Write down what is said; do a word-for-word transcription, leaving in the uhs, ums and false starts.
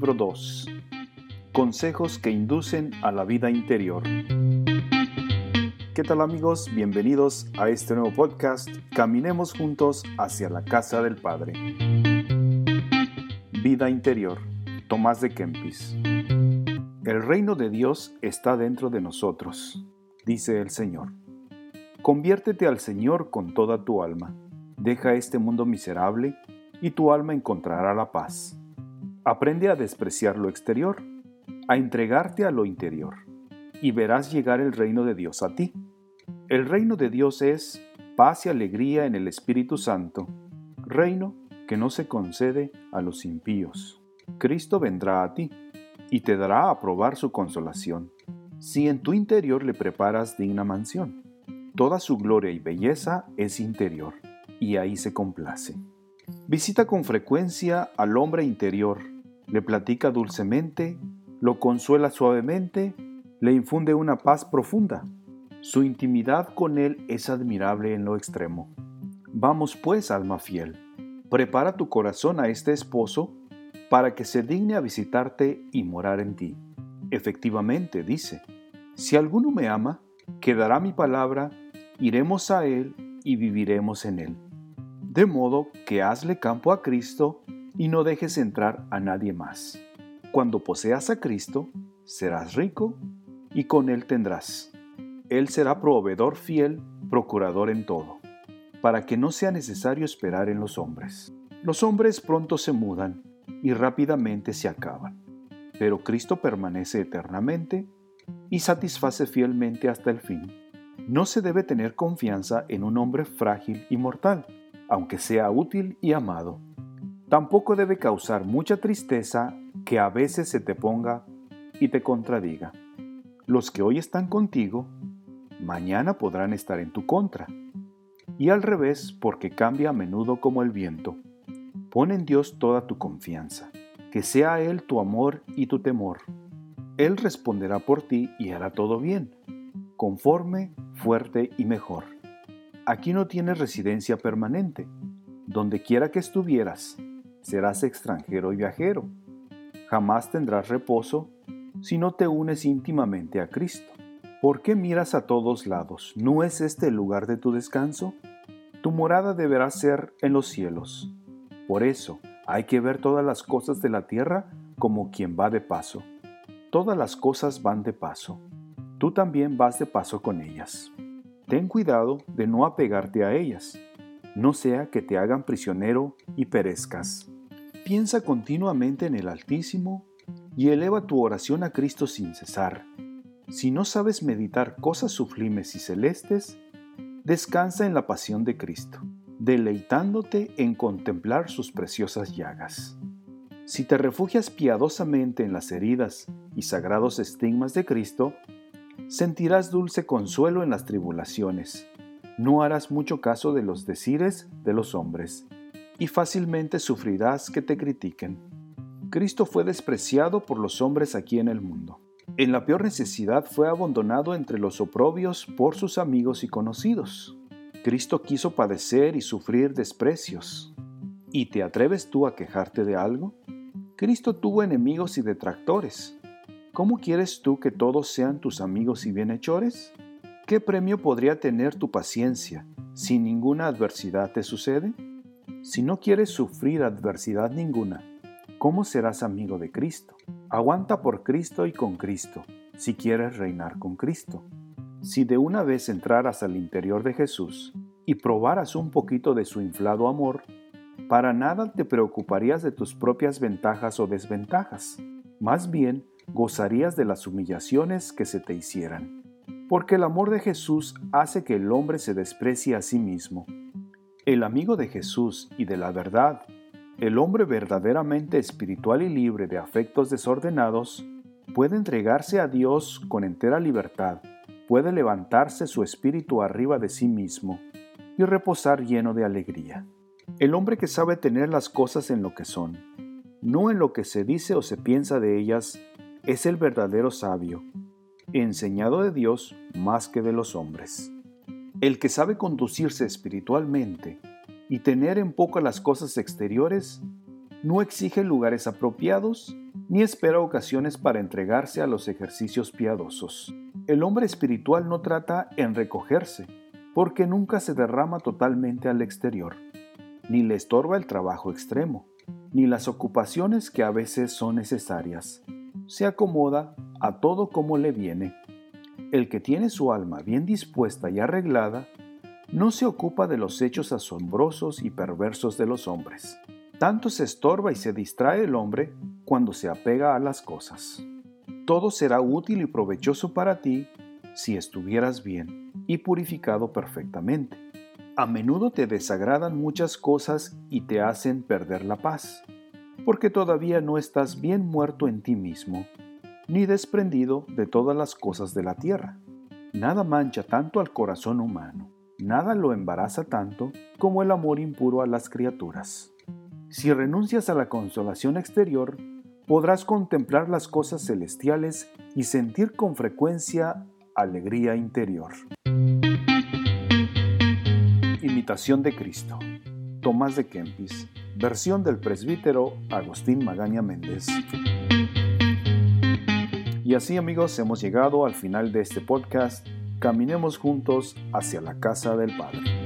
Libro dos. Consejos que inducen a la vida interior. ¿Qué tal, amigos? Bienvenidos a este nuevo podcast. Caminemos juntos hacia la casa del Padre. Vida interior. Tomás de Kempis. El reino de Dios está dentro de nosotros, dice el Señor. Conviértete al Señor con toda tu alma. Deja este mundo miserable y tu alma encontrará la paz. Aprende a despreciar lo exterior, a entregarte a lo interior, y verás llegar el reino de Dios a ti. El reino de Dios es paz y alegría en el Espíritu Santo, reino que no se concede a los impíos. Cristo vendrá a ti y te dará a probar su consolación, si en tu interior le preparas digna mansión. Toda su gloria y belleza es interior, y ahí se complace. Visita con frecuencia al hombre interior, le platica dulcemente, lo consuela suavemente, le infunde una paz profunda. Su intimidad con él es admirable en lo extremo. Vamos pues, alma fiel, prepara tu corazón a este esposo para que se digne a visitarte y morar en ti. Efectivamente, dice, si alguno me ama, quedará mi palabra, iremos a él y viviremos en él. De modo que hazle campo a Cristo y no dejes entrar a nadie más. Cuando poseas a Cristo, serás rico y con él tendrás. Él será proveedor fiel, procurador en todo, para que no sea necesario esperar en los hombres. Los hombres pronto se mudan y rápidamente se acaban, pero Cristo permanece eternamente y satisface fielmente hasta el fin. No se debe tener confianza en un hombre frágil y mortal, aunque sea útil y amado. Tampoco debe causar mucha tristeza que a veces se te ponga y te contradiga. Los que hoy están contigo, mañana podrán estar en tu contra. Y al revés, porque cambia a menudo como el viento. Pon en Dios toda tu confianza, que sea Él tu amor y tu temor. Él responderá por ti y hará todo bien, conforme, fuerte y mejor. Aquí no tienes residencia permanente. Donde quiera que estuvieras, serás extranjero y viajero. Jamás tendrás reposo si no te unes íntimamente a Cristo. ¿Por qué miras a todos lados? ¿No es este el lugar de tu descanso? Tu morada deberá ser en los cielos. Por eso hay que ver todas las cosas de la tierra como quien va de paso. Todas las cosas van de paso. Tú también vas de paso con ellas. Ten cuidado de no apegarte a ellas, no sea que te hagan prisionero y perezcas. Piensa continuamente en el Altísimo y eleva tu oración a Cristo sin cesar. Si no sabes meditar cosas sublimes y celestes, descansa en la pasión de Cristo, deleitándote en contemplar sus preciosas llagas. Si te refugias piadosamente en las heridas y sagrados estigmas de Cristo, sentirás dulce consuelo en las tribulaciones. No harás mucho caso de los decires de los hombres, y fácilmente sufrirás que te critiquen. Cristo fue despreciado por los hombres aquí en el mundo. En la peor necesidad fue abandonado entre los oprobios por sus amigos y conocidos. Cristo quiso padecer y sufrir desprecios. ¿Y te atreves tú a quejarte de algo? Cristo tuvo enemigos y detractores. ¿Cómo quieres tú que todos sean tus amigos y bienhechores? ¿Qué premio podría tener tu paciencia si ninguna adversidad te sucede? Si no quieres sufrir adversidad ninguna, ¿cómo serás amigo de Cristo? Aguanta por Cristo y con Cristo, si quieres reinar con Cristo. Si de una vez entraras al interior de Jesús y probaras un poquito de su inflado amor, para nada te preocuparías de tus propias ventajas o desventajas. Más bien, gozarías de las humillaciones que se te hicieran. Porque el amor de Jesús hace que el hombre se desprecie a sí mismo. El amigo de Jesús y de la verdad, el hombre verdaderamente espiritual y libre de afectos desordenados, puede entregarse a Dios con entera libertad, puede levantarse su espíritu arriba de sí mismo y reposar lleno de alegría. El hombre que sabe tener las cosas en lo que son, no en lo que se dice o se piensa de ellas, es el verdadero sabio, enseñado de Dios más que de los hombres. El que sabe conducirse espiritualmente y tener en poco las cosas exteriores, no exige lugares apropiados ni espera ocasiones para entregarse a los ejercicios piadosos. El hombre espiritual no trata en recogerse, porque nunca se derrama totalmente al exterior, ni le estorba el trabajo extremo, ni las ocupaciones que a veces son necesarias. Se acomoda a todo como le viene. El que tiene su alma bien dispuesta y arreglada, no se ocupa de los hechos asombrosos y perversos de los hombres. Tanto se estorba y se distrae el hombre cuando se apega a las cosas. Todo será útil y provechoso para ti si estuvieras bien y purificado perfectamente. A menudo te desagradan muchas cosas y te hacen perder la paz, porque todavía no estás bien muerto en ti mismo, ni desprendido de todas las cosas de la tierra. Nada mancha tanto al corazón humano, nada lo embaraza tanto como el amor impuro a las criaturas. Si renuncias a la consolación exterior, podrás contemplar las cosas celestiales y sentir con frecuencia alegría interior. Imitación de Cristo. Tomás de Kempis. Versión del presbítero Agustín Magaña Méndez. Y así, amigos, hemos llegado al final de este podcast. Caminemos juntos hacia la casa del Padre.